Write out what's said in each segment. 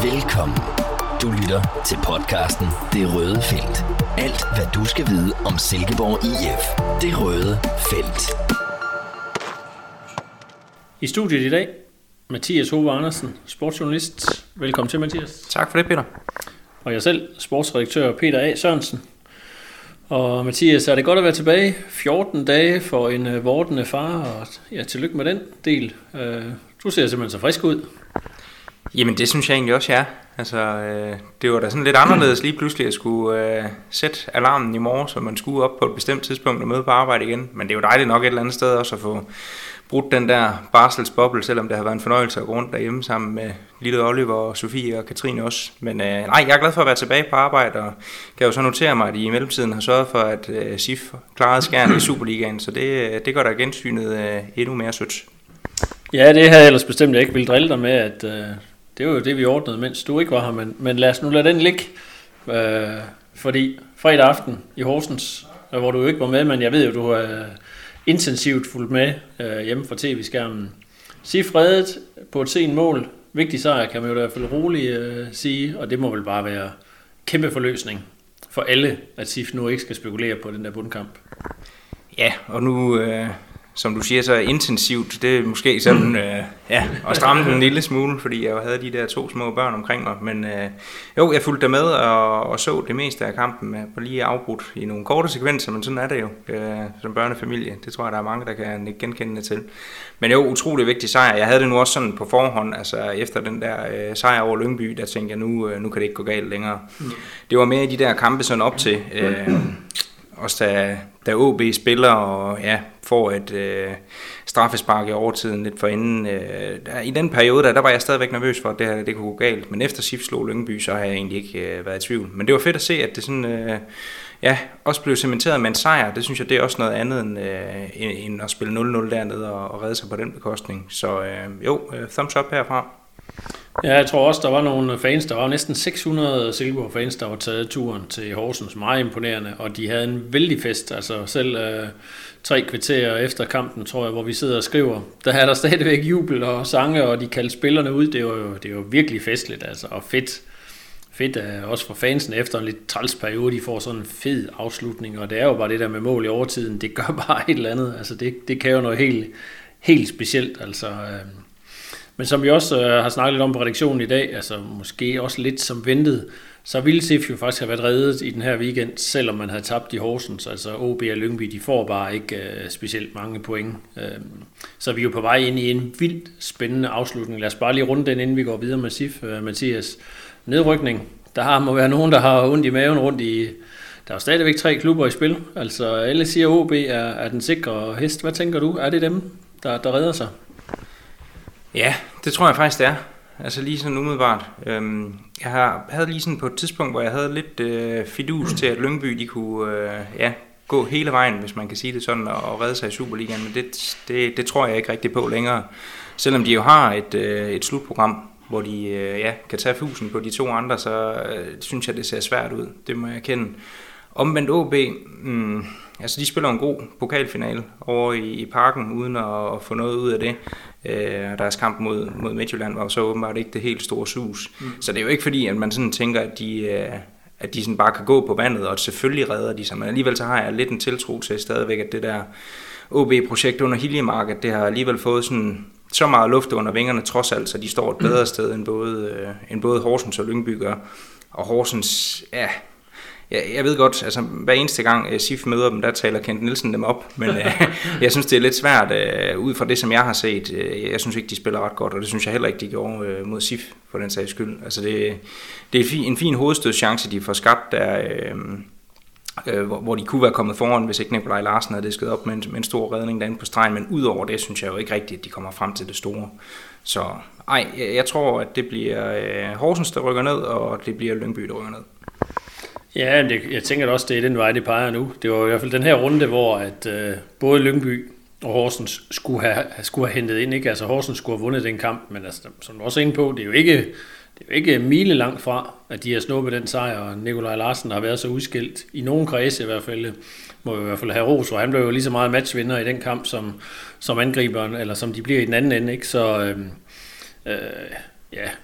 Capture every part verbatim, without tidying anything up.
Velkommen. Du lytter til podcasten Det Røde Felt. Alt, hvad du skal vide om Silkeborg I F. Det Røde Felt. I studiet i dag, Mathias Hove Andersen, sportsjournalist. Velkommen til, Mathias. Tak for det, Peter. Og jeg selv, sportsredaktør Peter A. Sørensen. Og Mathias, er det godt at være tilbage? fjorten dage for en uh, vortende far, og ja, tillykke med den del. Uh, du ser simpelthen så frisk ud. Jamen, det synes jeg egentlig også, ja. Altså, øh, det var da sådan lidt anderledes lige pludselig at skulle øh, sætte alarmen i morgen, så man skulle op på et bestemt tidspunkt og møde på arbejde igen. Men det er jo dejligt nok et eller andet sted også at få brudt den der barselsboble, selvom det har været en fornøjelse at gå rundt derhjemme sammen med lille Oliver og Sofie og Katrine også. Men øh, nej, jeg er glad for at være tilbage på arbejde, og kan jo så notere mig, at I i mellemtiden har sørget for, at øh, S I F klarede skærne i Superligaen, så det, det gør der gensynet øh, endnu mere sødt. Ja, det havde jeg ellers bestemt, jeg ikke ville drille dig med, at øh, det var jo det, vi ordnede, mens du ikke var her, men, men lad os nu lade den ligge, øh, fordi fredag aften i Horsens, hvor du jo ikke var med, men jeg ved jo, du har øh, intensivt fulgt med øh, hjemme fra tv-skærmen. S I F reddet på et sent mål. Vigtig sejr, kan man jo i hvert fald roligt øh, sige, og det må vel bare være kæmpe forløsning for alle, at S I F nu ikke skal spekulere på den der bundkamp. Ja, og nu, øh, som du siger, så intensivt, det er måske sådan, øh, ja, at stramme den en lille smule, fordi jeg havde de der to små børn omkring mig, men øh, jo, jeg fulgte der med og, og så det meste af kampen med på lige afbrudt i nogle korte sekvenser, men sådan er det jo øh, som børnefamilie. Det tror jeg, der er mange, der kan ikke genkende til. Men jo, utrolig vigtig sejr. Jeg havde det nu også sådan på forhånd, altså efter den der øh, sejr over Lyngby, der tænkte jeg, nu, øh, nu kan det ikke gå galt længere. Mm. Det var mere i de der kampe sådan op til, øh, også da, da O B spiller og ja, får et øh, straffespark i overtiden lidt for inden. Øh, der, I den periode, der, der var jeg stadigvæk nervøs for, at det, her, det kunne gå galt. Men efter S I F slog Lyngby, så har jeg egentlig ikke øh, været i tvivl. Men det var fedt at se, at det sådan, øh, ja, også blev cementeret med en sejr. Det synes jeg, det er også noget andet end, øh, end at spille nul nul dernede og, og redde sig på den bekostning. Så øh, jo, øh, thumbs up herfra. Ja, jeg tror også, der var nogle fans, der var næsten seks hundrede Silkeborg-fans, der var taget turen til Horsens. Meget imponerende, og de havde en vældig fest. Altså selv øh, tre kvarterer efter kampen, tror jeg, hvor vi sidder og skriver, der er der stadigvæk jubel og sange, og de kaldte spillerne ud. Det var jo, det var jo virkelig festligt, altså, og fedt. Fedt er også for fansene efter en lidt træls periode, de får sådan en fed afslutning, og det er jo bare det der med mål i overtiden, det gør bare et eller andet. Altså det, det kan jo noget helt, helt specielt, altså... Øh, Men som vi også øh, har snakket lidt om på redaktionen i dag, altså måske også lidt som ventet, så ville S I F jo faktisk have været reddet i den her weekend, selvom man havde tabt i Horsens. Altså O B og Lyngby, de får bare ikke øh, specielt mange point. Øh, så vi er jo på vej ind i en vildt spændende afslutning. Lad os bare lige runde den, inden vi går videre med S I F, øh, Mathias. Nedrykning, der har, må være nogen, der har ondt i maven rundt i... Der er jo stadigvæk tre klubber i spil. Altså alle siger, O B er, er den sikre hest. Hvad tænker du? Er det dem, der, der redder sig? Ja, det tror jeg faktisk, det er. Altså lige sådan umiddelbart. Øhm, jeg har, havde lige sådan på et tidspunkt, hvor jeg havde lidt øh, fidus til, at Lyngby de kunne øh, ja, gå hele vejen, hvis man kan sige det sådan, og, og redde sig i Superligaen. Men det, det, det tror jeg ikke rigtig på længere. Selvom de jo har et, øh, et slutprogram, hvor de øh, ja, kan tage fusen på de to andre, så øh, synes jeg, det ser svært ud. Det må jeg kende. Omvendt O B, mm, altså de spiller en god pokalfinale over i, i Parken, uden at, at få noget ud af det. Øh, deres kamp mod, mod Midtjylland var så åbenbart ikke det helt store sus. Mm. Så det er jo ikke fordi, at man sådan tænker, at de, øh, at de sådan bare kan gå på vandet, og selvfølgelig redder de sig. Men alligevel så har jeg lidt en tiltro til stadigvæk, at det der O B-projekt under Hiljemark, det har alligevel fået sådan så meget luft under vingerne trods alt, så de står et bedre sted end både, øh, end både Horsens og Lyngby gør. Og Horsens, ja... Jeg, jeg ved godt, altså hver eneste gang S I F møder dem, der taler Kent Nielsen dem op, men øh, jeg synes, det er lidt svært øh, ud fra det, som jeg har set. Øh, jeg synes ikke, de spiller ret godt, og det synes jeg heller ikke, de gjorde øh, mod S I F for den sags skyld. Altså det, det er en fin, en fin hovedstødschance, de får skabt der, øh, øh, hvor, hvor de kunne være kommet foran, hvis ikke Nikolaj Larsen havde disket op med en, med en stor redning derinde på stregen, men udover det, synes jeg jo ikke rigtigt, at de kommer frem til det store. Så ej, jeg, jeg tror, at det bliver øh, Horsens, der rykker ned, og det bliver Lyngby, der rykker ned. Ja, det, jeg tænker også, det er den vej, det peger nu. Det var i hvert fald den her runde, hvor at, øh, både Lyngby og Horsens skulle have, skulle have hentet ind. Ikke? Altså Horsens skulle have vundet den kamp, men altså, som du også er inde på, det er jo ikke, det er jo ikke mile langt fra, at de har snuppet den sejr, og Nikolaj Larsen har været så udskilt, i nogen kredse i hvert fald, må i hvert fald have ros, og han blev jo lige så meget matchvinder i den kamp, som, som angriberen, eller som de bliver i den anden ende. Ikke? Så øh, øh, ja,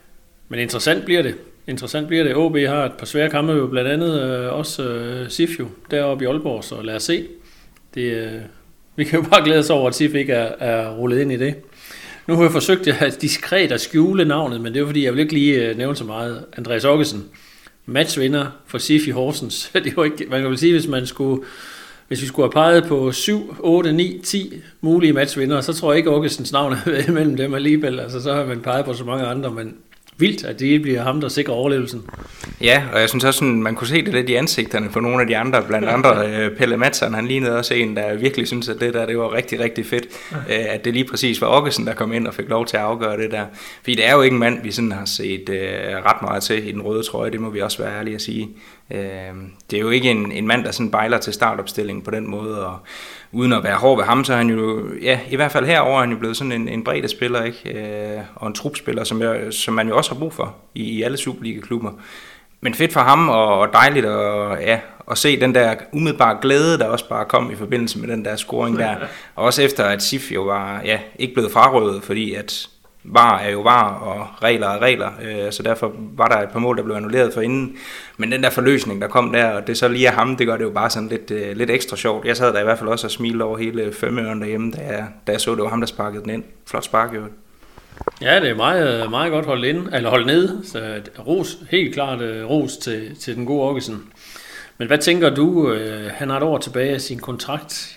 Men interessant bliver det. Interessant bliver det. O B har et par svære kampe, jo blandt andet øh, også øh, S I F jo, deroppe i Aalborg, så lad os se. Det, øh, vi kan jo bare glæde os over, at S I F ikke er, er rullet ind i det. Nu har jeg forsøgt at diskret at skjule navnet, men det er fordi, jeg vil ikke lige nævne så meget. Andreas Okkesen, matchvinder for S I F i Horsens. Det er jo ikke, man kan vel sige, hvis man skulle, hvis vi skulle have peget på syv, otte, ni, ti mulige matchvindere, så tror jeg ikke, Okkesens navn er mellem dem alligevel. Altså, så har man peget på så mange andre, men vildt, at det bliver ham, der sikrer overlevelsen. Ja, og jeg synes også, sådan, man kunne se det lidt i ansigterne på nogle af de andre, blandt andre Pelle Madsen, han lignede også en, der virkelig synes, at det der det var rigtig, rigtig fedt, at det lige præcis var Okkesen, der kom ind og fik lov til at afgøre det der. Fordi det er jo ikke en mand, vi sådan har set uh, ret meget til i den røde trøje, det må vi også være ærlige at sige. Uh, det er jo ikke en, en mand, der sådan bejler til startopstillingen på den måde, og uden at være hård ved ham, så er han jo, ja, i hvert fald herover er han jo blevet sådan en, en bredde spiller, ikke? Øh, og en trupspiller, som, jeg, som man jo også har brug for i, i alle Superliga-klubber. Men fedt for ham, og, og dejligt at, ja, at se den der umiddelbare glæde, der også bare kom i forbindelse med den der scoring der. Og også efter, at S I F jo var ja, ikke blevet frarøvet, fordi at var er jo var, og regler er regler, øh, så derfor var der et par mål, der blev annulleret for inden. Men den der forløsning, der kom der, og det så lige af ham, det gør det jo bare sådan lidt, øh, lidt ekstra sjovt. Jeg sad der i hvert fald også og smilede over hele femøren derhjemme, da jeg, da jeg så, det var ham, der sparkede den ind. Flot spark, jo. Ja, det er meget, meget godt holdt ind, eller holdt nede. Så ros, helt klart uh, ros til, til den gode Okkesen. Men hvad tænker du? Uh, han har et år tilbage af sin kontrakt.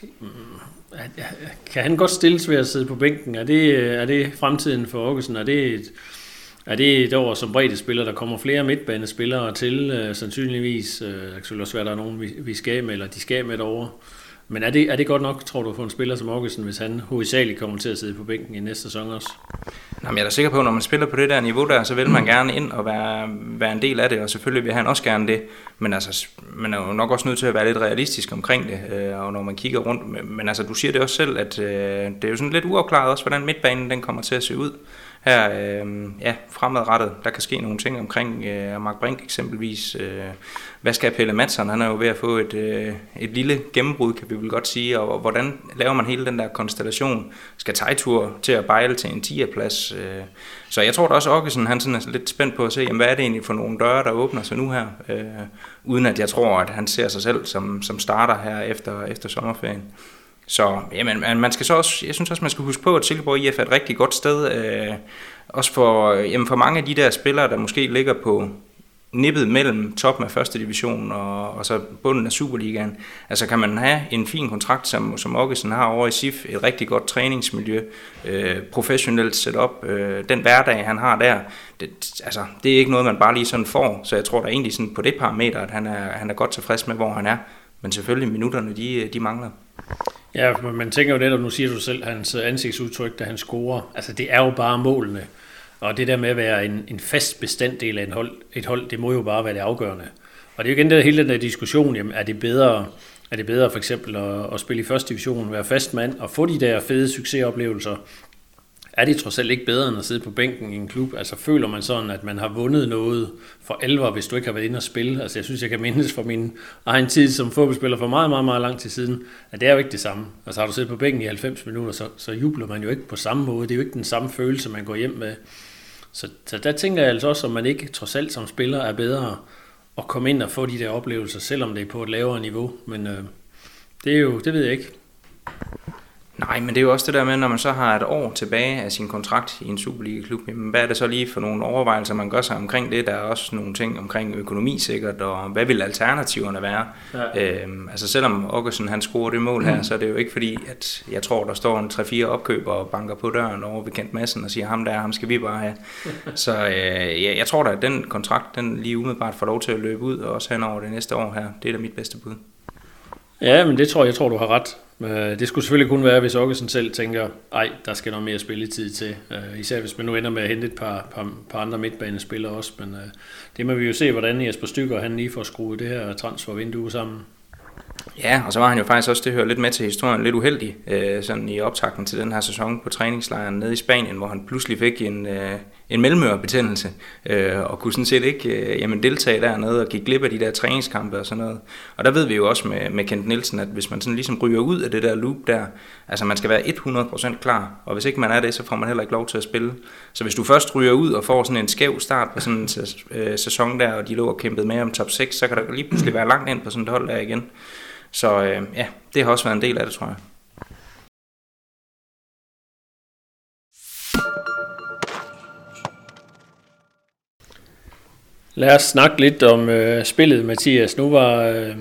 Kan han godt stilles ved at sidde på bænken? Er det, er det fremtiden for Okkesen? Er det et, er det et år som breddespiller, der kommer flere midtbanespillere til? Uh, sandsynligvis. Uh, det kan også være, der er nogen, vi, vi skal med, eller de skal med derovre. Men er det, er det godt nok, tror du, for en spiller som Okkesen, hvis han hovedsageligt kommer til at sidde på bænken i næste sæson også? Jamen, jeg er da sikker på, at når man spiller på det der niveau der, så vil man gerne ind og være, være en del af det, og selvfølgelig vil han også gerne det. Men altså, man er jo nok også nødt til at være lidt realistisk omkring det, og når man kigger rundt. Men altså, du siger det også selv, at det er jo sådan lidt uafklaret også, hvordan midtbanen den kommer til at se ud. Her, øh, ja, fremadrettet, der kan ske nogle ting omkring øh, Mark Brink eksempelvis. Øh, hvad skal Pelle Madsen? Han er jo ved at få et, øh, et lille gennembrud, kan vi vel godt sige. Og hvordan laver man hele den der konstellation? Skal Tejtur til at bejle til en tier-plads? Øh, så jeg tror da også, at Okkesen, han sådan er lidt spændt på at se, jamen, hvad er det egentlig for nogle døre, der åbner sig nu her? Øh, uden at jeg tror, at han ser sig selv som, som starter her efter, efter sommerferien. Så jamen, man skal så også, jeg synes også, man skal huske på, at Silkeborg I F er et rigtig godt sted. Øh, også for, jamen for mange af de der spillere, der måske ligger på nippet mellem toppen af første division og, og så bunden af Superligaen. Altså kan man have en fin kontrakt, som, som Okkesen har over i S I F, et rigtig godt træningsmiljø, øh, professionelt setup, øh, den hverdag, han har der, det, altså, det er ikke noget, man bare lige sådan får. Så jeg tror da egentlig sådan på det parameter, at han er, han er godt tilfreds med, hvor han er. Men selvfølgelig, minutterne, de, de mangler. Ja, man tænker jo netop, nu siger du selv, hans ansigtsudtryk, da han scorer, altså det er jo bare målene. Og det der med at være en, en fast bestanddel af en hold, et hold, det må jo bare være det afgørende. Og det er jo igen der, hele den der diskussion, jamen, er det bedre, er det bedre for eksempel at, at spille i første division, være fast mand og få de der fede succesoplevelser? Er det trods alt ikke bedre end at sidde på bænken i en klub? Altså føler man sådan, at man har vundet noget for alvor, hvis du ikke har været inde og spille? Altså jeg synes, jeg kan mindes fra min egen tid som fodboldspiller for meget, meget, meget lang tid siden, at det er jo ikke det samme. Altså har du siddet på bænken i halvfems minutter, så, så jubler man jo ikke på samme måde. Det er jo ikke den samme følelse, man går hjem med. Så, så der tænker jeg altså også, om man ikke trods alt som spiller er bedre at komme ind og få de der oplevelser, selvom det er på et lavere niveau. Men øh, det er jo, det ved jeg ikke. Nej, men det er jo også det der med, når man så har et år tilbage af sin kontrakt i en Superliga-klub, jamen, hvad er det så lige for nogle overvejelser, man gør sig omkring det? Der er også nogle ting omkring økonomi sikkert, og hvad vil alternativerne være? Ja. Øhm, altså selvom Okkesen han scorer det mål her, mm. så er det jo ikke fordi, at jeg tror, der står en tre fire opkøber og banker på døren over ved Kent Madsen og siger, ham der, ham skal vi bare have. Så øh, ja, jeg tror da, at den kontrakt, den lige umiddelbart får lov til at løbe ud, og også hen over det næste år her. Det er da mit bedste bud. Ja, men det tror jeg, jeg tror, du har ret. Det skulle selvfølgelig kun være, hvis Okkesen selv tænker, ej, der skal noget mere spilletid til. Især hvis man nu ender med at hente et par, par, par andre midtbanespillere også. Men det må vi jo se, hvordan Jesper Stykker han lige får skruet det her transfervindue sammen. Ja, og så var han jo faktisk også, det hører lidt med til historien, lidt uheldig sådan i optakten til den her sæson på træningslejren nede i Spanien, hvor han pludselig fik en, en mellemørebetændelse, øh, og kunne sådan set ikke øh, jamen, deltage dernede og gik glip af de der træningskampe og sådan noget. Og der ved vi jo også med, med Kent Nielsen, at hvis man sådan ligesom ryger ud af det der loop der, altså man skal være hundrede procent klar, og hvis ikke man er det, så får man heller ikke lov til at spille. Så hvis du først ryger ud og får sådan en skæv start på sådan en øh, sæson der, og de lå og kæmpede med om top seks, så kan der lige pludselig være langt ind på sådan et hold der igen. Så øh, ja, det har også været en del af det, tror jeg. Lad os snakke lidt om øh, spillet, Mathias. Nu var, øh,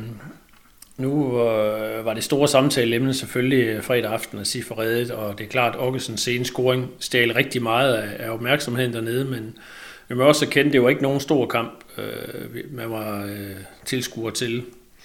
nu øh, var det store samtaleemne selvfølgelig fredag aften at sige forredet, og det er klart, at Aukesens sene scoring stjal rigtig meget af, af opmærksomheden dernede, men vi må også erkende, at det var ikke nogen stor kamp, øh, man var øh, tilskuer til.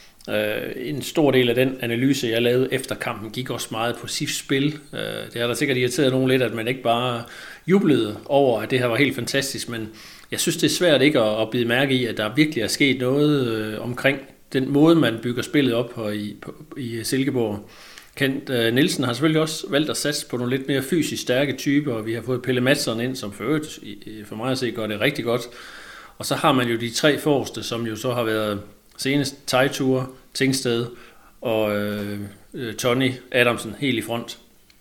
Øh, en stor del af den analyse, jeg lavede efter kampen, gik også meget på S I F's spil. Øh, det har da sikkert irriteret nogen lidt, at man ikke bare jublede over, at det her var helt fantastisk, men jeg synes, det er svært ikke at, at bide mærke i, at der virkelig er sket noget øh, omkring den måde, man bygger spillet op her i, på, i Silkeborg. Kent øh, Nielsen har selvfølgelig også valgt at satse på nogle lidt mere fysisk stærke typer, og vi har fået Pelle Madsen ind, som for øvrigt, for mig at se, gør det rigtig godt. Og så har man jo de tre forreste, som jo så har været senest Teitur, Tingsted og øh, Tony Adamsen helt i front.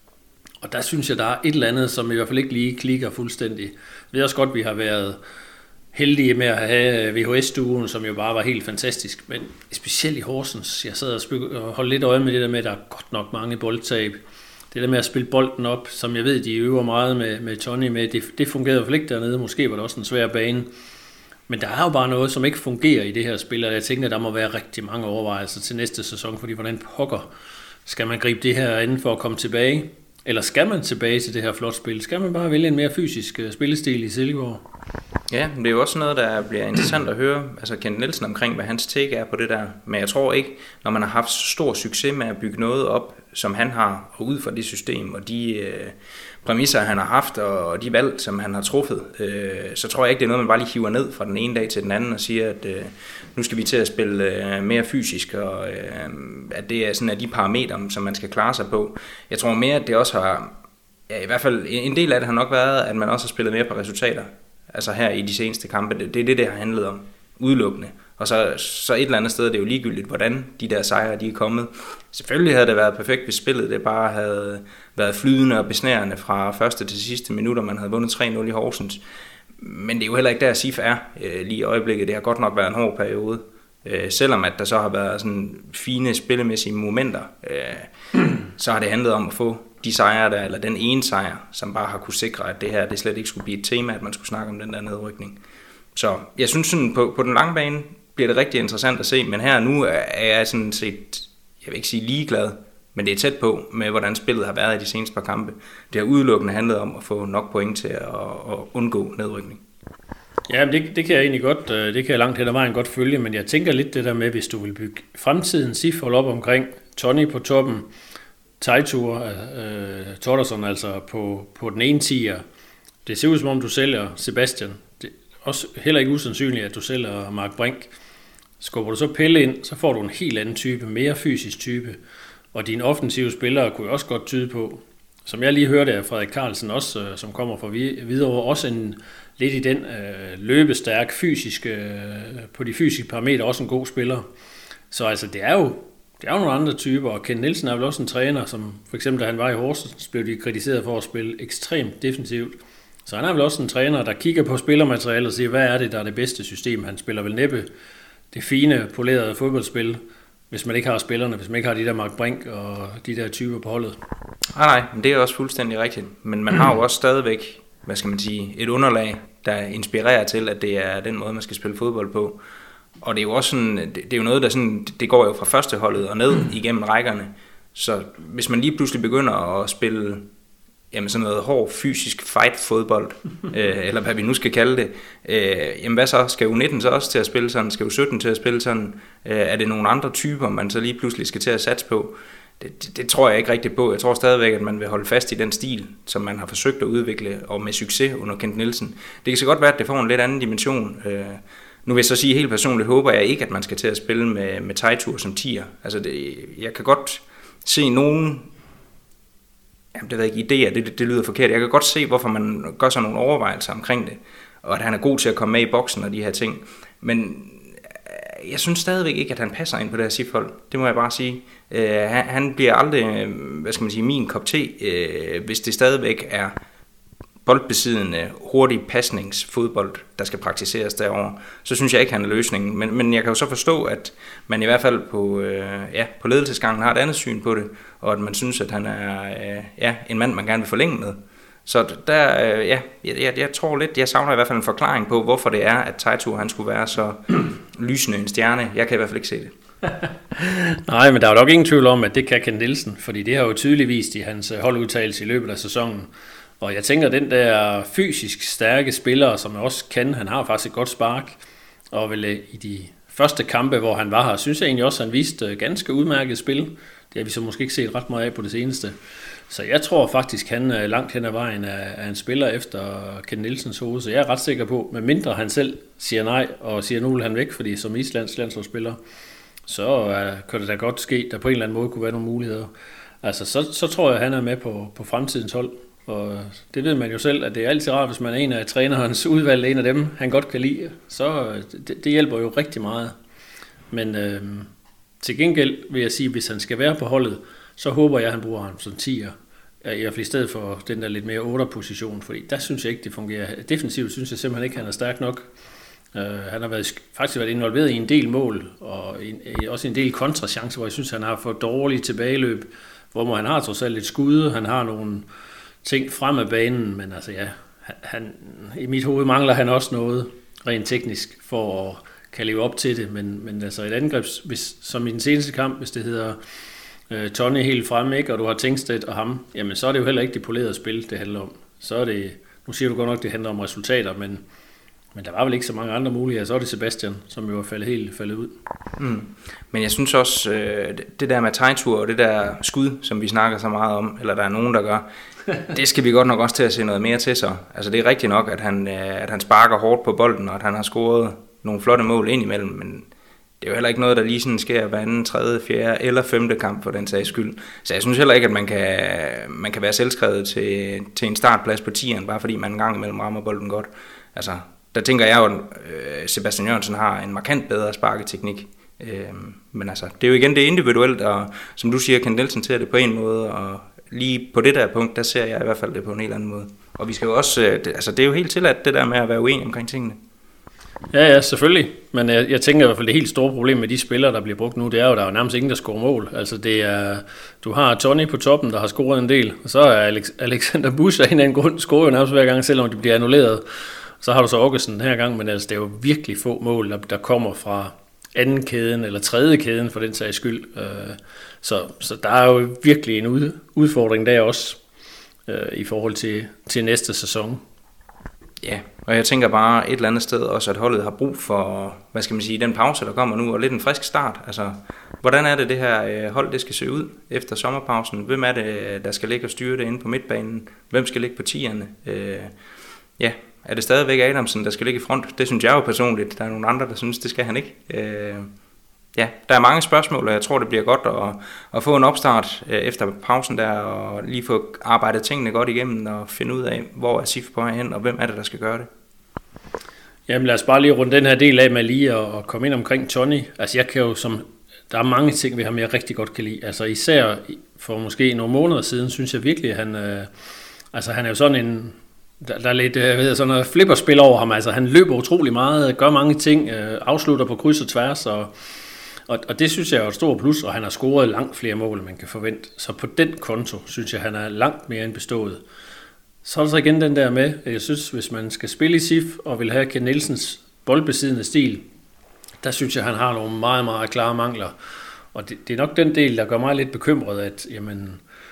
Og der synes jeg, der er et eller andet, som i hvert fald ikke lige klikker fuldstændig. Jeg ved også godt, at vi har været heldige med at have V H S-duoen, som jo bare var helt fantastisk. Men specielt i Horsens, jeg sad og, spil- og holdt lidt øje med det der med, at der er godt nok mange boldtab. Det der med at spille bolden op, som jeg ved, de øver meget med, med Tony med, det, det fungerede i hvert fald ikke dernede. Måske var det også en svær bane. Men der er jo bare noget, som ikke fungerer i det her spil, og jeg tænker, at der må være rigtig mange overvejelser til næste sæson, fordi hvordan pokker skal man gribe det her inden for at komme tilbage? Eller skal man tilbage til det her flot spil? Skal man bare vælge en mere fysisk spillestil i Silkeborg? Ja, det er jo også noget, der bliver interessant at høre, altså Kent Nielsen omkring, hvad hans take er på det der. Men jeg tror ikke, når man har haft stor succes med at bygge noget op, som han har, og ud fra det system, og de øh, præmisser, han har haft, og de valg, som han har truffet, øh, så tror jeg ikke, det er noget, man bare lige hiver ned fra den ene dag til den anden, og siger, at øh, nu skal vi til at spille øh, mere fysisk, og øh, at det er sådan af de parametre, som man skal klare sig på. Jeg tror mere, at det også har, ja, i hvert fald en del af det har nok været, at man også har spillet mere på resultater. Altså her i de seneste kampe, det, det er det, det har handlet om, udelukkende. Og så, så et eller andet sted, det er jo ligegyldigt, hvordan de der sejre, de er kommet. Selvfølgelig havde det været perfekt, hvis spillet det bare havde været flydende og besnærende fra første til sidste minutter, man havde vundet tre nul i Horsens. Men det er jo heller ikke der, S I F er øh, lige i øjeblikket. Det har godt nok været en hård periode. Øh, selvom at der så har været sådan fine spillemæssige momenter, øh, så har det handlet om at få de sejre der, eller den ene sejr, som bare har kunne sikre, at det her det slet ikke skulle blive et tema, at man skulle snakke om den der nedrykning. Så jeg synes sådan, på, på den lange bane bliver det rigtig interessant at se, men her nu er jeg sådan set, jeg vil ikke sige ligeglad, men det er tæt på med, hvordan spillet har været i de seneste par kampe. Det har udelukkende handlet om at få nok point til at, at undgå nedrykning. Ja, det, det kan jeg egentlig godt, det kan jeg langt hen ad vejen godt følge, men jeg tænker lidt det der med, hvis du vil bygge fremtiden S I F op omkring Tony på toppen, Teitur, øh, Tordersson altså på, på den ene tier. Det ser ud som om du sælger Sebastian. Det er også heller ikke usandsynligt, at du sælger Mark Brink. Skubber du så Pelle ind, så får du en helt anden type, mere fysisk type. Og dine offensive spillere kunne også godt tyde på, som jeg lige hørte af Frederik Carlsen også, øh, som kommer fra Hvidovre, også en lidt i den øh, løbestærk fysiske, øh, på de fysiske parametre, også en god spiller. Så altså, det er jo Det er jo nogle andre typer, og Kent Nielsen er vel også en træner, som for eksempel da han var i Horsens, blev de kritiseret for at spille ekstremt defensivt. Så han er vel også en træner, der kigger på spillermaterialet og siger, hvad er det, der er det bedste system? Han spiller vel næppe det fine, polerede fodboldspil, hvis man ikke har spillerne, hvis man ikke har de der Mark Brink og de der typer på holdet. Nej, nej, men det er også fuldstændig rigtigt. Men man har jo også stadigvæk, hvad skal man sige, et underlag, der inspirerer til, at det er den måde, man skal spille fodbold på. Og det er jo også sådan, det, det er jo noget, der sådan, det går jo fra førsteholdet og ned igennem rækkerne. Så hvis man lige pludselig begynder at spille jamen sådan noget hård fysisk fight-fodbold, øh, eller hvad vi nu skal kalde det, øh, jamen hvad så? Skal U nitten så også til at spille sådan? Skal U sytten til at spille sådan? Øh, er det nogle andre typer, man så lige pludselig skal til at satse på? Det, det, det tror jeg ikke rigtigt på. Jeg tror stadigvæk, at man vil holde fast i den stil, som man har forsøgt at udvikle, og med succes under Kent Nielsen. Det kan så godt være, at det får en lidt anden dimension. Øh, nu vil jeg så sige helt personligt, håber jeg ikke, at man skal til at spille med, med Teitur som tier. Altså det, jeg kan godt se nogen jamen, det ved jeg ikke, idéer, det, det, det lyder forkert. Jeg kan godt se, hvorfor man gør sådan nogle overvejelser omkring det, og at han er god til at komme med i boksen og de her ting. Men jeg synes stadigvæk ikke, at han passer ind på det her S I F-hold. Det må jeg bare sige. Uh, han, han bliver aldrig, hvad skal man sige, min kop te, uh, hvis det stadigvæk er boldbesiddende, hurtig pasningsfodbold, der skal praktiseres derovre. Så synes jeg ikke, han er løsningen. Men, men jeg kan jo så forstå, at man i hvert fald på, øh, ja, på ledelsesgangen har et andet syn på det, og at man synes, at han er øh, ja, en mand, man gerne vil forlænge med. Så der, øh, ja, jeg, jeg, jeg tror lidt, jeg savner i hvert fald en forklaring på, hvorfor det er, at Teitur, han skulle være så lysende en stjerne. Jeg kan i hvert fald ikke se det. Nej, men der er jo nok ingen tvivl om, at det kan Ken Nielsen, fordi det har jo tydeligt vist i hans holdudtalelse i løbet af sæsonen. Og jeg tænker, den der fysisk stærke spiller, som jeg også kan, han har faktisk et godt spark, og vel i de første kampe, hvor han var her, synes jeg egentlig også, at han viste ganske udmærket spil. Det har vi så måske ikke set ret meget af på det seneste. Så jeg tror faktisk, han langt hen ad vejen er en spiller efter Ken Nielsens hoved, så jeg er ret sikker på, medmindre han selv siger nej, og siger nu vil han væk, fordi som Islands landsholdsspiller, så kan det da godt ske, der på en eller anden måde kunne være nogle muligheder. Altså, så, så tror jeg, han er med på, på fremtidens hold. Og det ved man jo selv, at det er altid rart, hvis man er en af trænerens udvalg, en af dem, han godt kan lide. Så det, det hjælper jo rigtig meget. Men øh, til gengæld vil jeg sige, at hvis han skal være på holdet, så håber jeg, at han bruger ham som tier. I hvert fald i stedet for den der lidt mere otter-position, fordi der synes jeg ikke, det fungerer. Defensivt synes jeg simpelthen ikke, han er stærk nok. Uh, han har været, faktisk været involveret i en del mål, og i, også en del kontrachancer, hvor jeg synes, han har fået dårlige tilbageløb, hvor han har trods alt et skud, han har nogle ting frem af banen, men altså ja, han, i mit hoved mangler han også noget rent teknisk for at kan leve op til det, men, men altså et angreb, hvis, som i den seneste kamp, hvis det hedder øh, Tony helt fremme, ikke, og du har Tingstedt og ham, jamen så er det jo heller ikke det polerede spil, det handler om. Så er det, nu siger du godt nok, det handler om resultater, men, men der var vel ikke så mange andre muligheder. Så er det Sebastian, som jo er faldet helt faldet ud. Mm. Men jeg synes også, øh, det der med Teitur og det der skud, som vi snakker så meget om, eller der er nogen, der gør, det skal vi godt nok også til at se noget mere til så. Altså det er rigtigt nok, at han, øh, at han sparker hårdt på bolden, og at han har scoret nogle flotte mål ind imellem, men det er jo heller ikke noget, der lige sådan sker hver anden, tredje, fjerde eller femte kamp for den sags skyld. Så jeg synes heller ikke, at man kan, man kan være selvskrevet til, til en startplads på tieren, bare fordi man en gang imellem rammer bolden godt. Altså, der tænker jeg jo, at Sebastian Jørgensen har en markant bedre sparketeknik. Men altså, det er jo igen det individuelt, og som du siger, Ken Nielsen ser det på en måde, og lige på det der punkt, der ser jeg i hvert fald det på en helt anden måde. Og vi skal jo også, altså det er jo helt tilladt det der med at være uenig omkring tingene. Ja, ja, selvfølgelig. Men jeg, jeg tænker i hvert fald, det helt store problem med de spillere, der bliver brugt nu, det er jo, der er jo nærmest ingen, der scorer mål. Altså det er, du har Tony på toppen, der har scoret en del, og så er Alex, Alexander Busch af en eller anden grund scorer jo nærmest hver gang, selvom de bliver annulleret. Så har du så Augustin her gang, men altså det er jo virkelig få mål, der, der kommer fra anden kæden, eller tredje kæden for den sags skyld. Så, så der er jo virkelig en udfordring der også, i forhold til, til næste sæson. Ja, og jeg tænker bare et eller andet sted også, at holdet har brug for, hvad skal man sige, den pause, der kommer nu, og lidt en frisk start. Altså, hvordan er det, det her hold, det skal se ud efter sommerpausen? Hvem er det, der skal ligge og styre det inde på midtbanen? Hvem skal ligge på tierne? Øh, ja, er det stadigvæk Adamsen, der skal ligge i front? Det synes jeg jo personligt. Der er nogle andre, der synes, det skal han ikke. Øh, ja, der er mange spørgsmål, og jeg tror, det bliver godt at, at få en opstart efter pausen der, og lige få arbejdet tingene godt igennem, og finde ud af, hvor er S I F på vej hen, og hvem er det, der skal gøre det. Jamen lad os bare lige runde den her del af med lige at komme ind omkring Tony. Altså jeg kan jo som, der er mange ting ved ham, jeg rigtig godt kan lide. Altså især for måske nogle måneder siden, synes jeg virkelig, at han, øh, altså han er jo sådan en, der, der er lidt, jeg ved, sådan noget flipperspil over ham. Altså han løber utrolig meget, gør mange ting, øh, afslutter på kryds og tværs, og Og, og det synes jeg er et stort plus, og han har scoret langt flere mål, end man kan forvente. Så på den konto synes jeg, han er langt mere end bestået. Så er der så igen den der med, at jeg synes, hvis man skal spille i S I F og vil have Ken Nielsens boldbesiddende stil, der synes jeg, han har nogle meget, meget klare mangler. Og det, det er nok den del, der gør mig lidt bekymret, at jamen,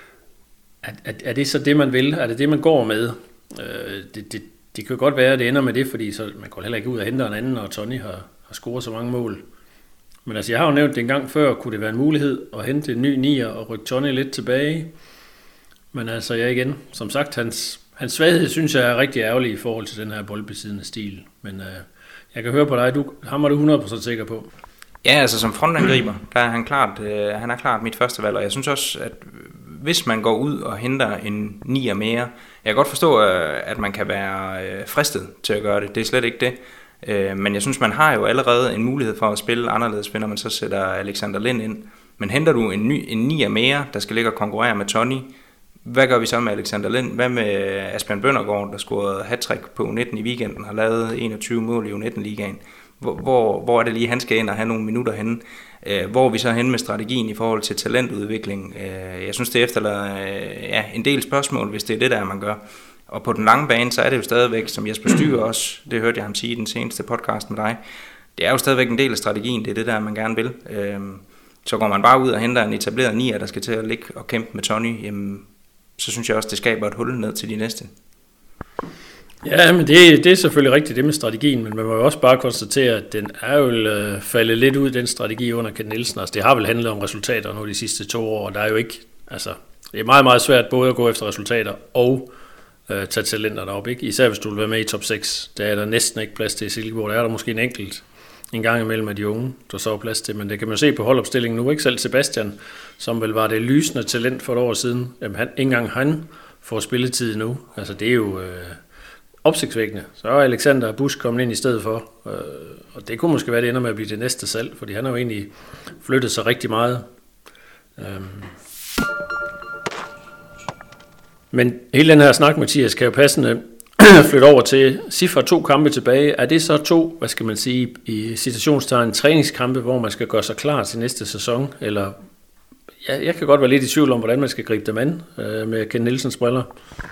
at, at, er det så det, man vil? Er det det, man går med? Øh, det, det, det kan godt være, at det ender med det, fordi så, man går heller ikke ud og henter en anden, og Tony har, har scoret så mange mål. Men altså, jeg har jo nævnt det en gang før, kunne det være en mulighed at hente en ny nier og rykke Tony lidt tilbage. Men altså, jeg igen, som sagt, hans, hans svaghed synes jeg er rigtig ærgerlig i forhold til den her boldbesiddende stil. Men øh, jeg kan høre på dig, du, ham er du hundrede procent sikker på. Ja, altså som frontangriber, der er han klart, øh, han er klart mit første valg, og jeg synes også, at hvis man går ud og henter en nier mere, jeg kan godt forstå, at man kan være fristet til at gøre det, det er slet ikke det. Men jeg synes, man har jo allerede en mulighed for at spille anderledes, når man så sætter Alexander Lind ind. Men henter du en, ny, en nier mere, der skal ligge og konkurrere med Tony, hvad gør vi så med Alexander Lind? Hvad med Asbjørn Bøndergaard, der scorede hat-trick på U nitten i weekenden, har lavet enogtyve mål i U nitten-ligaen? Hvor, hvor, hvor er det lige, han skal ind og have nogle minutter henne? Hvor er vi så henne med strategien i forhold til talentudvikling? Jeg synes, det efterlader ja, en del spørgsmål, hvis det er det, der man gør. Og på den lange bane, så er det jo stadigvæk, som Jesper Styr også, det hørte jeg ham sige i den seneste podcast med dig, det er jo stadigvæk en del af strategien, det er det, der man gerne vil. Så går man bare ud og henter en etableret nier, der skal til at ligge og kæmpe med Tony, jamen, så synes jeg også, det skaber et hul ned til de næste. Ja, men det, det er selvfølgelig rigtigt, det med strategien, men man må jo også bare konstatere, at den er jo øh, faldet lidt ud, den strategi under Kent Nielsen. Altså, det har vel handlet om resultater nu de sidste to år, og der er jo ikke, altså, det er meget, meget svært både at gå efter resultater og øh, tage talenter derop, ikke? Især hvis du vil være med i top seks, der er der næsten ikke plads til i Silkeborg, der er der måske en enkelt en gang imellem af de unge, der så er plads til, men det kan man se på holdopstillingen nu, ikke? Selv Sebastian, som vel var det lysende talent for et år siden, jamen han, ikke engang han får spilletid nu, altså det er jo øh, opsigtsvækkende. Så er Alexander Busch kommet ind i stedet for, øh, og det kunne måske være, det ender med at blive det næste salg, fordi han har jo egentlig flyttet sig rigtig meget. Øhm. Men hele den her snak, Mathias, kan jo passende flytte over til Cifra to kampe tilbage. Er det så to, hvad skal man sige, i citationstegn, træningskampe, hvor man skal gøre sig klar til næste sæson? Eller ja, jeg kan godt være lidt i tvivl om, hvordan man skal gribe dem an øh, med Kent Nielsens briller.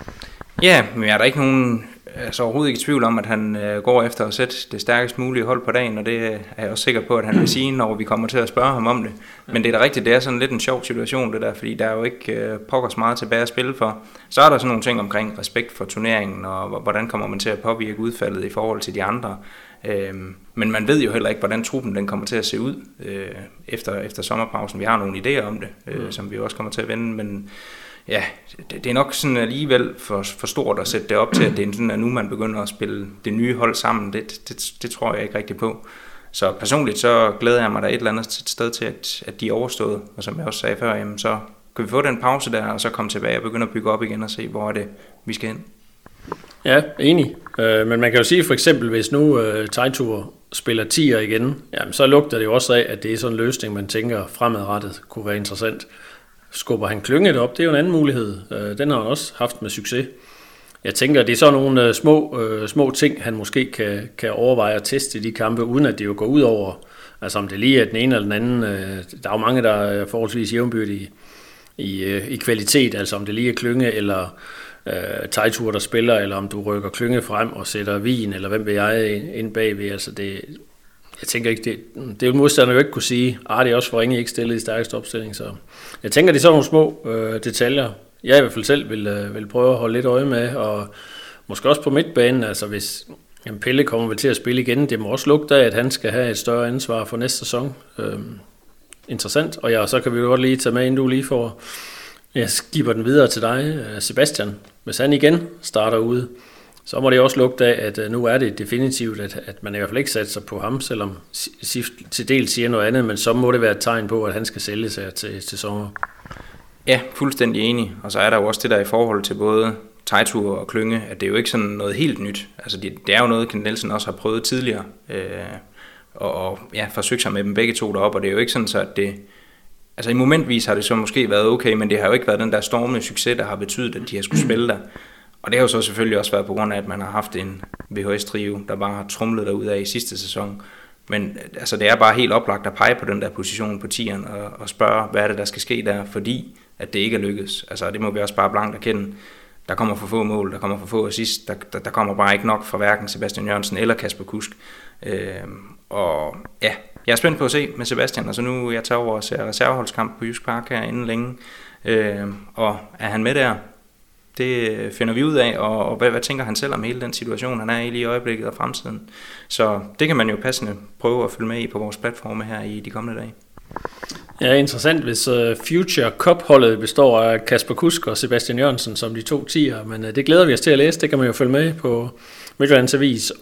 Ja, men jeg er der ikke nogen, altså overhovedet ikke i tvivl om, at han øh, går efter at sætte det stærkest mulige hold på dagen, og det er jeg også sikker på, at han vil sige, når vi kommer til at spørge ham om det. Men det er da rigtigt, det er sådan lidt en sjov situation, det der, fordi der er jo ikke øh, pokkers meget tilbage at spille for. Så er der sådan nogle ting omkring respekt for turneringen, og hvordan kommer man til at påvirke udfaldet i forhold til de andre. Øh, men man ved jo heller ikke, hvordan truppen den kommer til at se ud øh, efter, efter sommerpausen. Vi har nogle idéer om det, øh, som vi også kommer til at vende, men ja, det, det er nok sådan alligevel for, for stort at sætte det op til, at det er sådan, at nu man begynder at spille det nye hold sammen. Det, det, det tror jeg ikke rigtig på. Så personligt så glæder jeg mig da et eller andet sted til, at, at de er overstået. Og som jeg også sagde før, jamen, så kan vi få den pause der, og så komme tilbage og begynde at bygge op igen og se, hvor er det, vi skal hen. Ja, enig. Øh, men man kan jo sige for eksempel, hvis nu øh, Tejtur spiller tier igen, jamen, så lugter det jo også af, at det er sådan en løsning, man tænker fremadrettet kunne være interessant. Skubber han Klynget op, det er jo en anden mulighed. Øh, den har han også haft med succes. Jeg tænker, at det er sådan nogle øh, små, øh, små ting, han måske kan, kan overveje at teste i de kampe, uden at det jo går ud over, altså om det lige er den ene eller den anden. Øh, der er jo mange, der er forholdsvis jævnbyrdige i, øh, i kvalitet, altså om det lige er Klynge eller øh, Tejtur, der spiller, eller om du rykker Klynge frem og sætter Wien, eller hvem vil jeg ind bagved. Altså det, jeg tænker ikke, det, det er jo modstander jo ikke kunne sige, ah, det er også for Ringe ikke stillet i stærkeste opstilling, så jeg tænker, det er sådan nogle små øh, detaljer, jeg i hvert fald selv vil, øh, vil prøve at holde lidt øje med, og måske også på midtbanen, altså hvis jamen Pelle kommer vel til at spille igen, det må også lugte af, at han skal have et større ansvar for næste sæson. Øh, interessant, og ja, så kan vi jo godt lige tage med, inden du lige får, jeg skipper den videre til dig, Sebastian. Hvis han igen starter ude, så må det også lugte af, at nu er det definitivt, at, at man i hvert fald ikke satser på ham, selvom S I F til del siger noget andet, men så må det være et tegn på, at han skal sælges her til, til sommer. Ja, fuldstændig enig. Og så er der jo også det der i forhold til både Tejtur og Klynge, at det er jo ikke sådan noget helt nyt. Altså det, det er jo noget, Kent Nielsen også har prøvet tidligere, øh, og, og ja, forsøgt sig med dem begge to deroppe, og det er jo ikke sådan så, at det, altså i momentvis har det så måske været okay, men det har jo ikke været den der stormende succes, der har betydet, at de har skulle spille der. Og det har jo så selvfølgelig også været på grund af, at man har haft en V H S-trio, der bare har trumlet derudad i sidste sæson. Men altså, det er bare helt oplagt at pege på den der position på tieren og, og spørge, hvad er det, der skal ske der, fordi at det ikke er lykkedes. Altså, det må vi også bare blankt erkende. Der kommer for få mål, der kommer for få assist, der, der, der kommer bare ikke nok fra hverken Sebastian Jørgensen eller Kasper Kusk. Øh, og ja, jeg er spændt på at se med Sebastian, og så nu jeg tager over og ser reserveholdskamp på Jysk Park her inden længe. Øh, og er han med der? Det finder vi ud af, og, og hvad, hvad tænker han selv om hele den situation, han er i lige i øjeblikket og fremtiden. Så det kan man jo passende prøve at følge med i på vores platforme her i de kommende dage. Ja, interessant, hvis uh, Future Cup-holdet består af Kasper Kusk og Sebastian Jørgensen som de to tier, men uh, det glæder vi os til at læse. Det kan man jo følge med på Midtjyllands Avis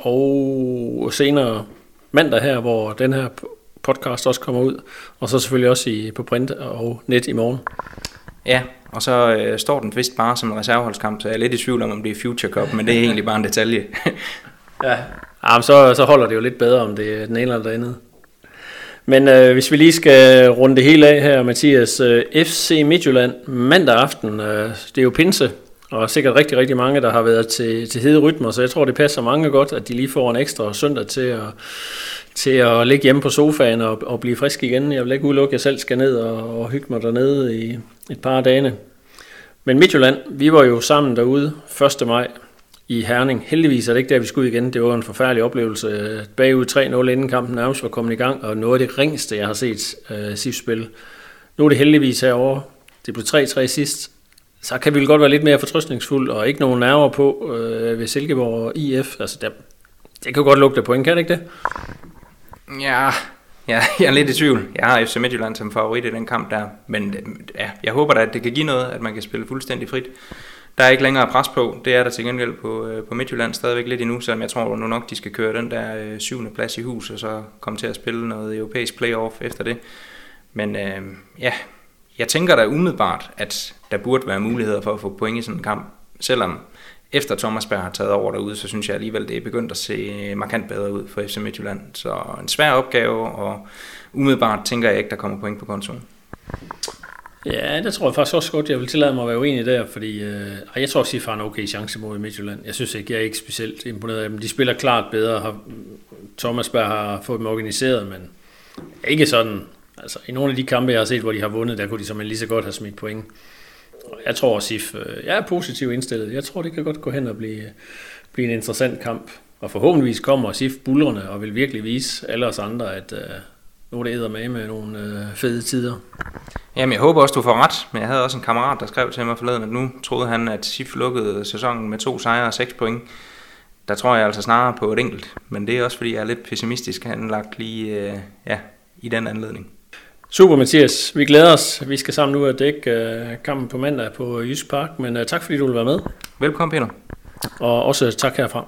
og senere mandag her, hvor den her podcast også kommer ud, og så selvfølgelig også i, på print og net i morgen. Ja, og så øh, står den vist bare som en reserveholdskamp, så jeg er lidt i tvivl om, om det er Future Cup, men det er egentlig bare en detalje. Ja, ja så, så holder det jo lidt bedre, om det er den ene eller den anden. Men øh, hvis vi lige skal runde det hele af her, Mathias, øh, F C Midtjylland mandag aften, øh, det er jo pinse, og sikkert rigtig, rigtig mange, der har været til, til hede rytmer, så jeg tror, det passer mange godt, at de lige får en ekstra søndag til at, til at ligge hjemme på sofaen og, og blive frisk igen. Jeg vil ikke udelukke, at jeg selv skal ned og, og hygge mig dernede i et par dage. Men Midtjylland, vi var jo sammen derude første maj i Herning. Heldigvis er det ikke der, vi skulle ud igen. Det var en forfærdelig oplevelse. Bagud tre nul inden kampen nærmest var kommet i gang, og noget af det ringeste, jeg har set uh, S I F-spil. Nu er det heldigvis herovre. Det blev tre tre sidst. Så kan vi vel godt være lidt mere fortrøstningsfuld, og ikke nogen nerver på øh, ved Silkeborg I F. Altså, der, det kan godt lugte point, kan det ikke det? Ja, ja, jeg er lidt i tvivl. Jeg har F C Midtjylland som favorit i den kamp der, men ja, jeg håber da, at det kan give noget, at man kan spille fuldstændig frit. Der er ikke længere pres på, det er der til gengæld på, på Midtjylland stadigvæk lidt endnu, selvom jeg tror nu nok, de skal køre den der øh, syvende plads i hus, og så komme til at spille noget europæisk playoff efter det. Men øh, ja, jeg tænker da umiddelbart, at der burde være muligheder for at få point i sådan en kamp, selvom efter Thomas Berg har taget over derude, så synes jeg alligevel, det er begyndt at se markant bedre ud for F C Midtjylland. Så en svær opgave, og umiddelbart tænker jeg ikke, der kommer point på kontoen. Ja, det tror jeg faktisk også godt, jeg vil tillade mig at være uenig der, fordi øh, jeg tror også, at har en okay chance mod Midtjylland. Jeg synes ikke, jeg er ikke specielt imponeret af dem. De spiller klart bedre, har, Thomas Berg har fået dem organiseret, men ikke sådan. Altså, i nogle af de kampe, jeg har set, hvor de har vundet, der kunne de simpelthen lige så godt have smidt point. Jeg tror, at S I F øh, jeg er positivt indstillet. Jeg tror, det kan godt gå hen og blive, blive en interessant kamp. Og forhåbentligvis kommer S I F buldrende og vil virkelig vise alle os andre, at øh, nu er det eddermame med nogle øh, fede tider. Jamen, jeg håber også, du får ret. Men jeg havde også en kammerat, der skrev til mig forleden, at nu troede han, at S I F lukkede sæsonen med to sejre og seks point. Der tror jeg altså snarere på et enkelt. Men det er også, fordi jeg er lidt pessimistisk anlagt lige øh, ja, i den anledning. Super, Mathias. Vi glæder os. Vi skal sammen nu at dække uh, kampen på mandag på Jysk Park, men uh, tak fordi du vil være med. Velkommen, Peter. Og også tak herfra.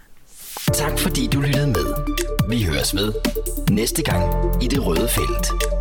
Tak fordi du lyttede med. Vi høres ved næste gang i Det Røde Felt.